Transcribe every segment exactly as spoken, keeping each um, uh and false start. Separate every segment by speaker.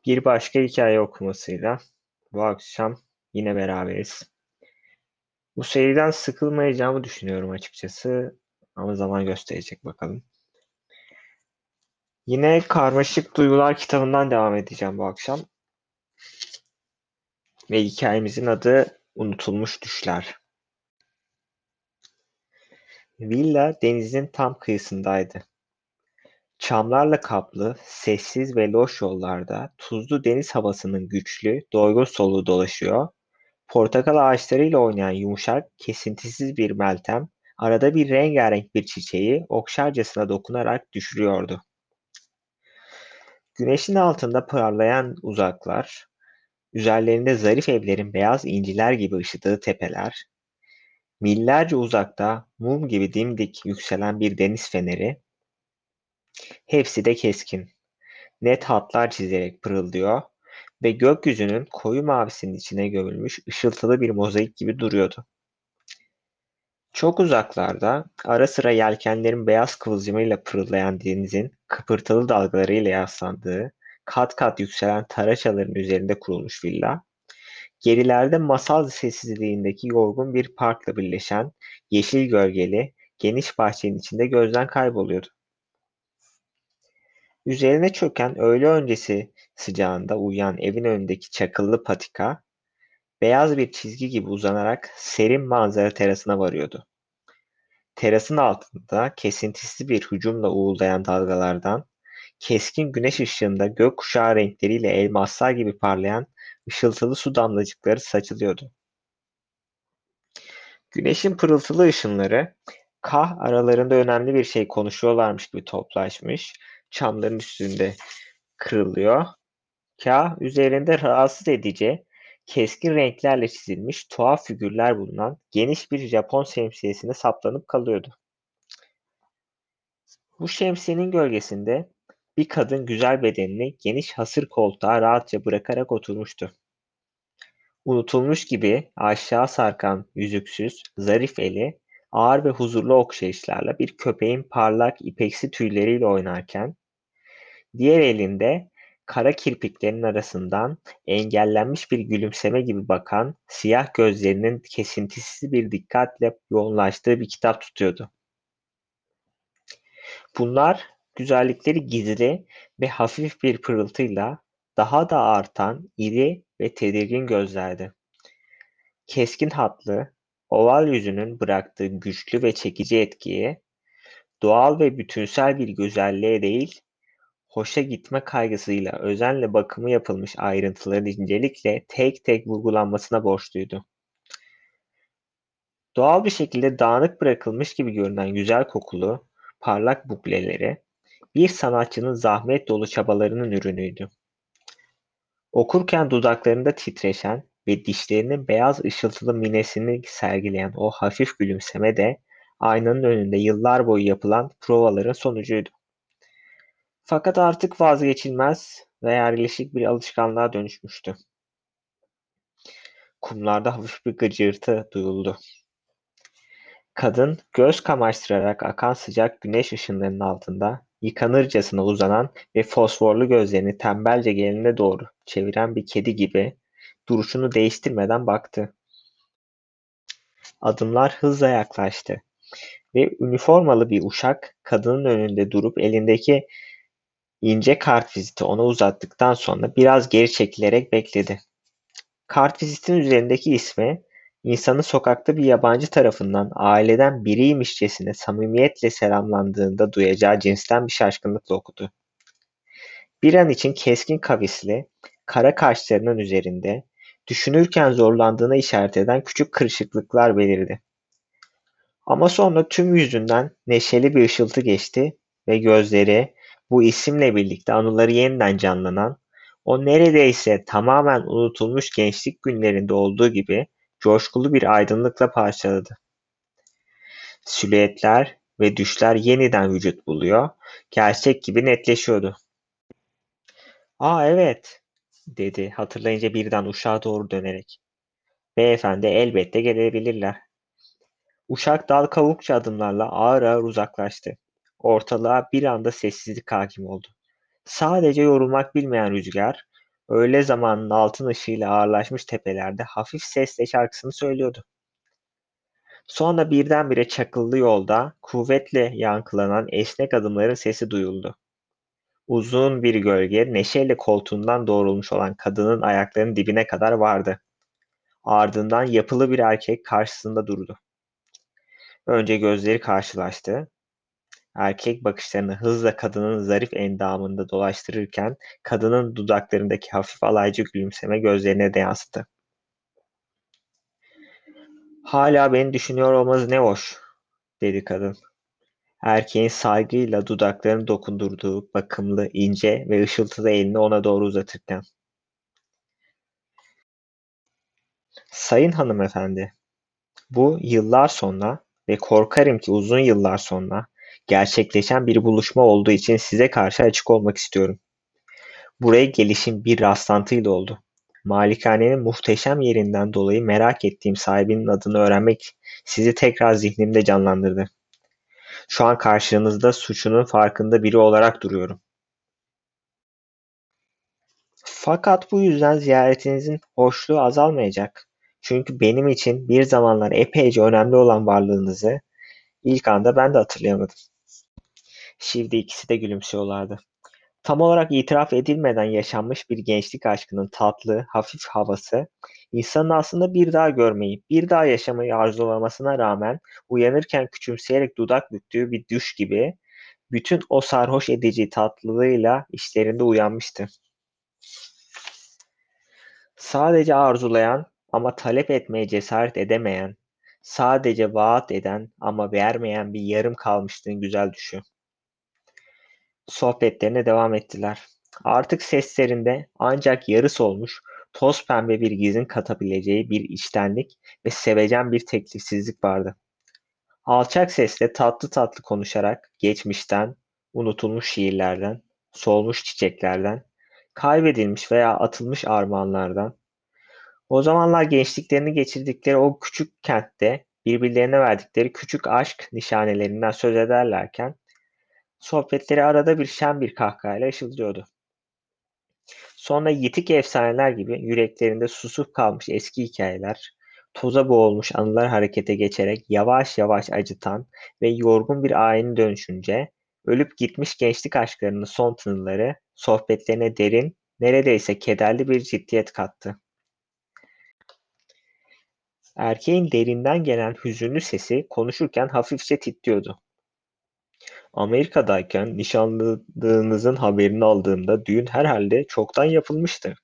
Speaker 1: Bir başka hikaye okumasıyla bu akşam yine beraberiz. Bu seriden sıkılmayacağımı düşünüyorum açıkçası ama zaman gösterecek bakalım. Yine Karmaşık Duygular kitabından devam edeceğim bu akşam ve hikayemizin adı Unutulmuş Düşler. Villa denizin tam kıyısındaydı. Çamlarla kaplı, sessiz ve loş yollarda tuzlu deniz havasının güçlü, doygun soluğu dolaşıyor. Portakal ağaçlarıyla oynayan yumuşak, kesintisiz bir meltem, arada bir rengarenk bir çiçeği okşarcasına dokunarak düşürüyordu. Güneşin altında parlayan uzaklar, üzerlerinde zarif evlerin beyaz inciler gibi ışıdığı tepeler, millerce uzakta mum gibi dimdik yükselen bir deniz feneri, hepsi de keskin, net hatlar çizerek pırıldıyor ve gökyüzünün koyu mavisinin içine gömülmüş ışıltılı bir mozaik gibi duruyordu. Çok uzaklarda, ara sıra yelkenlerin beyaz kıvılcımıyla pırıldayan denizin kıpırtılı dalgalarıyla yaslandığı, kat kat yükselen taraçaların üzerinde kurulmuş villa, gerilerde masal sessizliğindeki yorgun bir parkla birleşen, yeşil gölgeli, geniş bahçenin içinde gözden kayboluyordu. Üzerine çöken öğle öncesi sıcağında uyuyan evin önündeki çakıllı patika, beyaz bir çizgi gibi uzanarak serin manzara terasına varıyordu. Terasın altında kesintisiz bir hücumla uğuldayan dalgalardan, keskin güneş ışığında gökkuşağı renkleriyle elmaslar gibi parlayan ışıltılı su damlacıkları saçılıyordu. Güneşin pırıltılı ışınları, kah aralarında önemli bir şey konuşuyorlarmış gibi toplaşmış, çamların üstünde kırılıyor, kah üzerinde rahatsız edici, keskin renklerle çizilmiş tuhaf figürler bulunan geniş bir Japon şemsiyesine saplanıp kalıyordu. Bu şemsiyenin gölgesinde bir kadın güzel bedenini geniş hasır koltuğa rahatça bırakarak oturmuştu. Unutulmuş gibi aşağı sarkan yüzüksüz, zarif eli ağır ve huzurlu okşayışlarla bir köpeğin parlak ipeksi tüyleriyle oynarken, diğer elinde kara kirpiklerinin arasından engellenmiş bir gülümseme gibi bakan siyah gözlerinin kesintisiz bir dikkatle yoğunlaştığı bir kitap tutuyordu. Bunlar güzellikleri gizli ve hafif bir pırıltıyla daha da artan iri ve tedirgin gözlerdi. Keskin hatlı, oval yüzünün bıraktığı güçlü ve çekici etkiyi, doğal ve bütünsel bir güzelliğe değil, hoşa gitme kaygısıyla özenle bakımı yapılmış ayrıntıların incelikle tek tek vurgulanmasına borçluydu. Doğal bir şekilde dağınık bırakılmış gibi görünen güzel kokulu, parlak bukleleri, bir sanatçının zahmet dolu çabalarının ürünüydü. Okurken dudaklarında titreşen ve dişlerinin beyaz ışıltılı minesini sergileyen o hafif gülümseme de aynanın önünde yıllar boyu yapılan provaların sonucuydu. Fakat artık vazgeçilmez ve yerleşik bir alışkanlığa dönüşmüştü. Kumlarda hafif bir gıcırtı duyuldu. Kadın, göz kamaştırarak akan sıcak güneş ışınlarının altında yıkanırcasına uzanan ve fosforlu gözlerini tembelce geline doğru çeviren bir kedi gibi duruşunu değiştirmeden baktı. Adımlar hızla yaklaştı ve üniformalı bir uşak kadının önünde durup elindeki ince kartviziti ona uzattıktan sonra biraz geri çekilerek bekledi. Kartvizitin üzerindeki ismi, insanı sokakta bir yabancı tarafından aileden biriymişçesine samimiyetle selamlandığında duyacağı cinsten bir şaşkınlıkla okudu. Bir an için keskin kavisli, kara kaşlarının üzerinde, düşünürken zorlandığına işaret eden küçük kırışıklıklar belirdi. Ama sonra tüm yüzünden neşeli bir ışıltı geçti ve gözleri, bu isimle birlikte anıları yeniden canlanan, o neredeyse tamamen unutulmuş gençlik günlerinde olduğu gibi coşkulu bir aydınlıkla parçaladı. Silüetler ve düşler yeniden vücut buluyor, gerçek gibi netleşiyordu. "Aa, evet," dedi hatırlayınca birden uşağa doğru dönerek. "Beyefendi elbette gelebilirler." Uşak dal kavukça adımlarla ağır ağır uzaklaştı. Ortalığa bir anda sessizlik hakim oldu. Sadece yorulmak bilmeyen rüzgar, Öğle zamanının altın ışığıyla ağırlaşmış tepelerde hafif sesle şarkısını söylüyordu. Sonra birdenbire çakıllı yolda kuvvetle yankılanan esnek adımların sesi duyuldu. Uzun bir gölge neşeyle koltuğundan doğrulmuş olan kadının ayaklarının dibine kadar vardı. Ardından yapılı bir erkek karşısında durdu. Önce gözleri karşılaştı. Erkek bakışlarını hızla kadının zarif endamında dolaştırırken kadının dudaklarındaki hafif alaycı gülümseme gözlerine de yansıdı. "Hala beni düşünüyor olmanız ne hoş," dedi kadın. Erkeğin saygıyla dudaklarını dokundurduğu bakımlı, ince ve ışıltılı elini ona doğru uzatırken. "Sayın hanımefendi, bu yıllar sonra ve korkarım ki uzun yıllar sonra gerçekleşen bir buluşma olduğu için size karşı açık olmak istiyorum. Buraya gelişim bir rastlantıyla oldu. Malikanenin muhteşem yerinden dolayı merak ettiğim sahibinin adını öğrenmek sizi tekrar zihnimde canlandırdı. Şu an karşınızda suçunun farkında biri olarak duruyorum. Fakat bu yüzden ziyaretinizin hoşluğu azalmayacak. Çünkü benim için bir zamanlar epeyce önemli olan varlığınızı ilk anda ben de hatırlayamadım." Şimdi ikisi de gülümsüyorlardı. Tam olarak itiraf edilmeden yaşanmış bir gençlik aşkının tatlı, hafif havası, insanın aslında bir daha görmeyi, bir daha yaşamayı arzulamasına rağmen uyanırken küçümseyerek dudak büktüğü bir düş gibi bütün o sarhoş edici tatlılığıyla işlerinde uyanmıştı. Sadece arzulayan ama talep etmeye cesaret edemeyen, sadece vaat eden ama vermeyen bir yarım kalmışlığın güzel düşü. Sohbetlerine devam ettiler. Artık seslerinde ancak yarı solmuş, toz pembe bir gizin katabileceği bir içtenlik ve sevecen bir teklifsizlik vardı. Alçak sesle tatlı tatlı konuşarak geçmişten, unutulmuş şiirlerden, solmuş çiçeklerden, kaybedilmiş veya atılmış armağanlardan, o zamanlar gençliklerini geçirdikleri o küçük kentte birbirlerine verdikleri küçük aşk nişanelerinden söz ederlerken sohbetleri arada bir şen bir kahkahayla ışıldıyordu. Sonra yitik efsaneler gibi yüreklerinde susup kalmış eski hikayeler, toza boğulmuş anılar harekete geçerek yavaş yavaş acıtan ve yorgun bir ayine dönüşünce ölüp gitmiş gençlik aşklarının son tınıları sohbetlerine derin, neredeyse kederli bir ciddiyet kattı. Erkeğin derinden gelen hüzünlü sesi konuşurken hafifçe titriyordu. "Amerika'dayken nişanlılığınızın haberini aldığımda düğün herhalde çoktan yapılmıştı."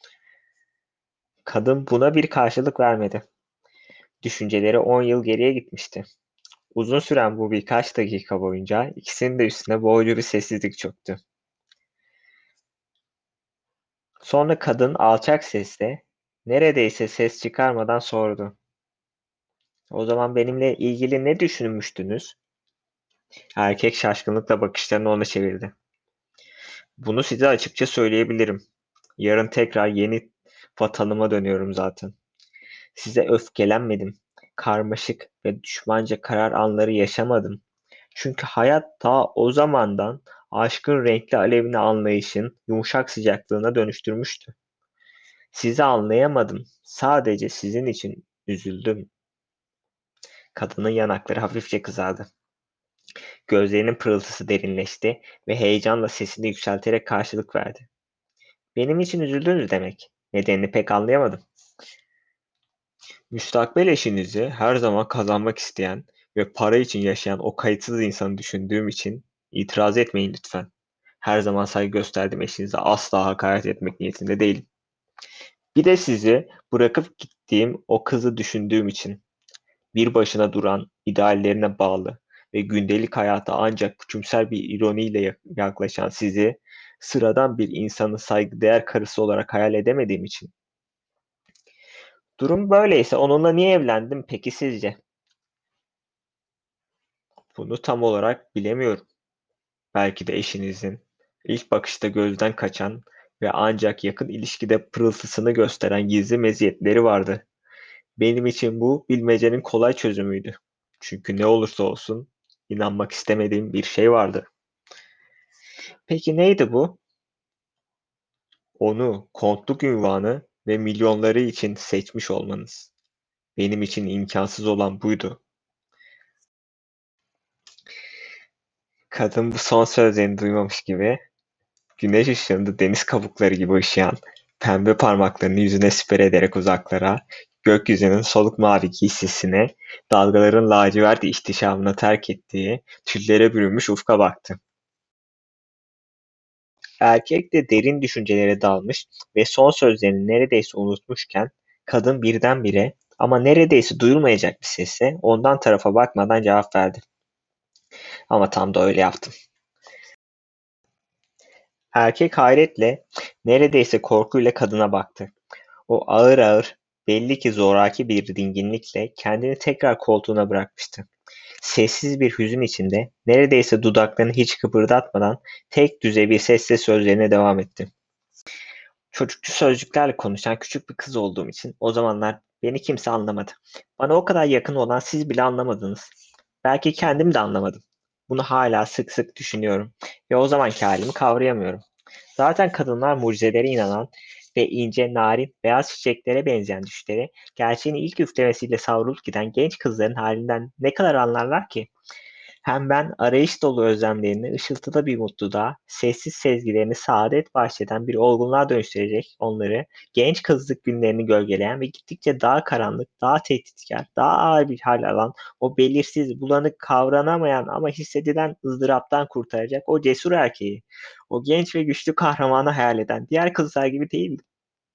Speaker 1: Kadın buna bir karşılık vermedi. Düşünceleri on yıl geriye gitmişti. Uzun süren bu birkaç dakika boyunca ikisinin de üstüne boğucu bir sessizlik çöktü. Sonra kadın alçak sesle, neredeyse ses çıkarmadan sordu. "O zaman benimle ilgili ne düşünmüştünüz?" Erkek şaşkınlıkla bakışlarını ona çevirdi. "Bunu size açıkça söyleyebilirim. Yarın tekrar yeni vatanıma dönüyorum zaten. Size öfkelenmedim. Karmaşık ve düşmanca karar anları yaşamadım. Çünkü hayat ta o zamandan aşkın renkli alevini anlayışın yumuşak sıcaklığına dönüştürmüştü. Sizi anlayamadım. Sadece sizin için üzüldüm." Kadının yanakları hafifçe kızardı. Gözlerinin pırıltısı derinleşti ve heyecanla sesini yükselterek karşılık verdi. "Benim için üzüldünüz demek. Nedenini pek anlayamadım." Müstakbel eşinizi her zaman kazanmak isteyen ve para için yaşayan o kayıtsız insanı düşündüğüm için itiraz etmeyin lütfen. Her zaman saygı gösterdiğim eşinize asla hakaret etmek niyetinde değilim. Bir de sizi bırakıp gittiğim o kızı düşündüğüm için bir başına duran, ideallerine bağlı ve gündelik hayata ancak küçümser bir ironiyle yak- yaklaşan sizi sıradan bir insanın saygıdeğer karısı olarak hayal edemediğim için. Durum böyleyse onunla niye evlendim peki sizce? Bunu tam olarak bilemiyorum. Belki de eşinizin ilk bakışta gözden kaçan ve ancak yakın ilişkide pırıltısını gösteren gizli meziyetleri vardı. Benim için bu bilmecenin kolay çözümüydü. Çünkü ne olursa olsun inanmak istemediğim bir şey vardı. Peki neydi bu? Onu kontluk ünvanı ve milyonları için seçmiş olmanız. Benim için imkansız olan buydu. Kadın bu son sözlerini duymamış gibi, güneş ışığında deniz kabukları gibi ışıyan pembe parmaklarını yüzüne siper ederek uzaklara, gökyüzünün soluk mavi giysisine, dalgaların lacivert ihtişamına terk ettiği tüllere bürünmüş ufka baktı. Erkek de derin düşüncelere dalmış ve son sözlerini neredeyse unutmuşken, kadın birdenbire ama neredeyse duyulmayacak bir sesle ondan tarafa bakmadan cevap verdi. Ama tam da öyle yaptım. Erkek hayretle, neredeyse korkuyla kadına baktı. O ağır ağır, belli ki zoraki bir dinginlikle kendini tekrar koltuğuna bırakmıştı. Sessiz bir hüzün içinde, neredeyse dudaklarını hiç kıpırdatmadan tek düze bir sesle sözlerine devam etti. Çocukçu sözcüklerle konuşan küçük bir kız olduğum için o zamanlar beni kimse anlamadı. Bana o kadar yakın olan siz bile anlamadınız. Belki kendim de anlamadım. Bunu hala sık sık düşünüyorum ve o zamanki halimi kavrayamıyorum. Zaten kadınlar mucizelere inanan ve ince, narin, beyaz çiçeklere benzeyen düşleri, gerçeğin ilk üflemesiyle savrulup giden genç kızların halinden ne kadar anlarlar ki? Hem ben arayış dolu özlemlerini ışıltıda bir mutluluğa, sessiz sezgilerini saadet bahşeden bir olgunluğa dönüştürecek onları, genç kızlık günlerini gölgeleyen ve gittikçe daha karanlık, daha tehditkar, daha ağır bir hal alan, o belirsiz, bulanık, kavranamayan ama hissedilen ızdıraptan kurtaracak o cesur erkeği, o genç ve güçlü kahramanı hayal eden diğer kızlar gibi değildi.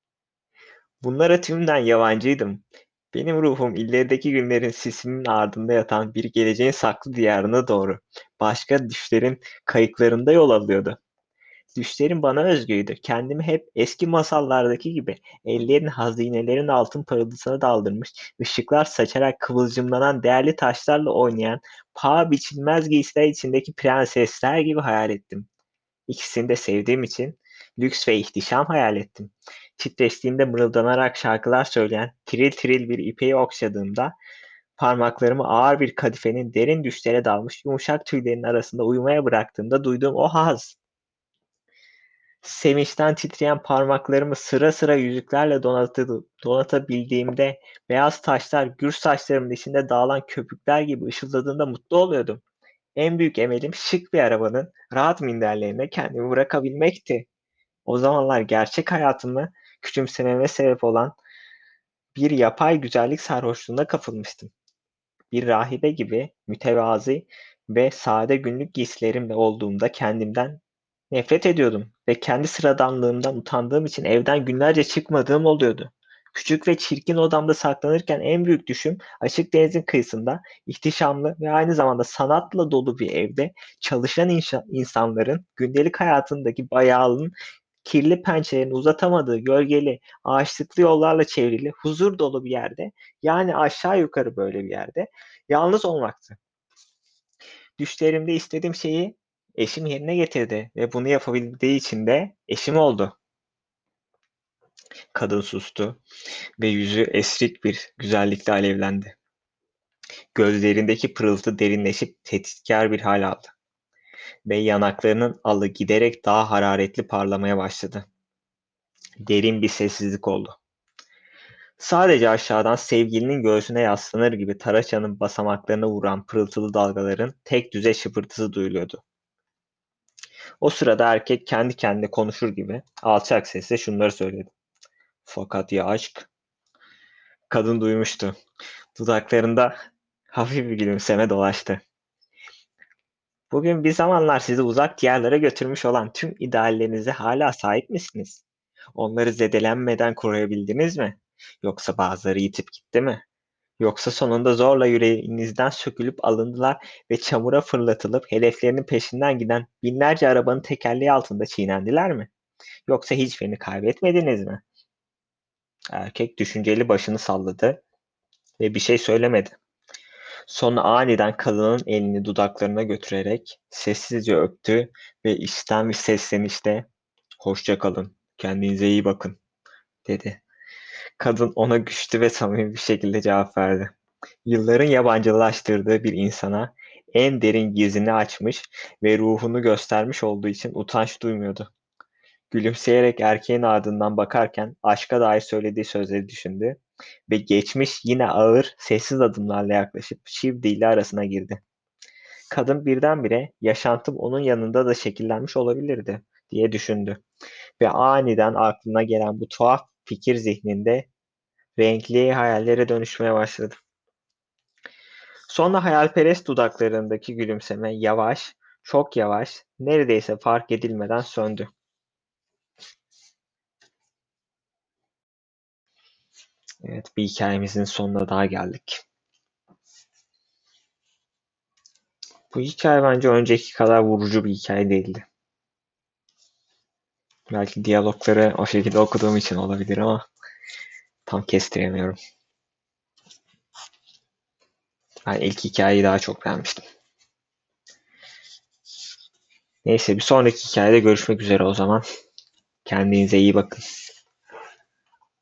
Speaker 1: Bunlara tümden yabancıydım. Benim ruhum ilerideki günlerin sisinin ardında yatan bir geleceğin saklı diyarına doğru, başka düşlerin kayıklarında yol alıyordu. Düşlerim bana özgüydü. Kendimi hep eski masallardaki gibi ellerin hazinelerin altın parıltısına daldırmış, ışıklar saçarak kıvılcımlanan değerli taşlarla oynayan, paha biçilmez giysiler içindeki prensesler gibi hayal ettim. İkisini de sevdiğim için lüks ve ihtişam hayal ettim. Titreştiğimde mırıldanarak şarkılar söyleyen, tiril tiril bir ipeği okşadığımda, parmaklarımı ağır bir kadifenin derin düşlere dalmış yumuşak tüylerinin arasında uyumaya bıraktığımda duyduğum o haz. Sevinçten titreyen parmaklarımı sıra sıra yüzüklerle donatı, donatabildiğimde, beyaz taşlar gür saçlarımın içinde dağılan köpükler gibi ışıldadığında mutlu oluyordum. En büyük emelim şık bir arabanın rahat minderlerine kendimi bırakabilmekti. O zamanlar gerçek hayatımı küçümsememe sebep olan bir yapay güzellik sarhoşluğuna kapılmıştım. Bir rahibe gibi mütevazi ve sade günlük giysilerimle olduğumda kendimden nefret ediyordum ve kendi sıradanlığımdan utandığım için evden günlerce çıkmadığım oluyordu. Küçük ve çirkin odamda saklanırken en büyük düşüm, açık denizin kıyısında ihtişamlı ve aynı zamanda sanatla dolu bir evde çalışan inşa- insanların gündelik hayatındaki bayağının kirli pençelerini uzatamadığı gölgeli, ağaçlıklı yollarla çevrili, huzur dolu bir yerde, yani aşağı yukarı böyle bir yerde yalnız olmaktı. Düşlerimde istediğim şeyi eşim yerine getirdi ve bunu yapabildiği için de eşim oldu. Kadın sustu ve yüzü esrik bir güzellikle alevlendi. Gözlerindeki pırıltı derinleşip tehditkar bir hal aldı ve yanaklarının alı giderek daha hararetli parlamaya başladı. Derin bir sessizlik oldu. Sadece aşağıdan sevgilinin göğsüne yaslanır gibi taraçanın basamaklarına vuran pırıltılı dalgaların tek düze şıpırtısı duyuluyordu. O sırada erkek kendi kendine konuşur gibi alçak sesle şunları söyledi. Fakat ya aşk? Kadın duymuştu. Dudaklarında hafif bir gülümseme dolaştı. Bugün bir zamanlar sizi uzak diyarlara götürmüş olan tüm ideallerinize hala sahip misiniz? Onları zedelenmeden koruyabildiniz mi? Yoksa bazıları yitip gitti mi? Yoksa sonunda zorla yüreğinizden sökülüp alındılar ve çamura fırlatılıp hedeflerinin peşinden giden binlerce arabanın tekerleği altında çiğnendiler mi? Yoksa hiçbirini kaybetmediniz mi? Erkek düşünceli başını salladı ve bir şey söylemedi. Sonra aniden kadının elini dudaklarına götürerek sessizce öptü ve içten bir seslenişle "Hoşça kalın, kendinize iyi bakın," dedi. Kadın ona güçlü ve samimi bir şekilde cevap verdi. Yılların yabancılaştırdığı bir insana en derin gizini açmış ve ruhunu göstermiş olduğu için utanç duymuyordu. Gülümseyerek erkeğin ardından bakarken aşka dair söylediği sözleri düşündü ve geçmiş yine ağır, sessiz adımlarla yaklaşıp şimdi ile arasına girdi. Kadın birdenbire yaşantım onun yanında da şekillenmiş olabilirdi diye düşündü ve aniden aklına gelen bu tuhaf fikir zihninde renkli hayallere dönüşmeye başladı. Sonra hayalperest dudaklarındaki gülümseme yavaş, çok yavaş, neredeyse fark edilmeden söndü. Evet, bir hikayemizin sonuna daha geldik. Bu hikaye bence önceki kadar vurucu bir hikaye değildi. Belki diyalogları o şekilde okuduğum için olabilir ama tam kestiremiyorum. Ben ilk hikayeyi daha çok beğenmiştim. Neyse, bir sonraki hikayede görüşmek üzere o zaman. Kendinize iyi bakın.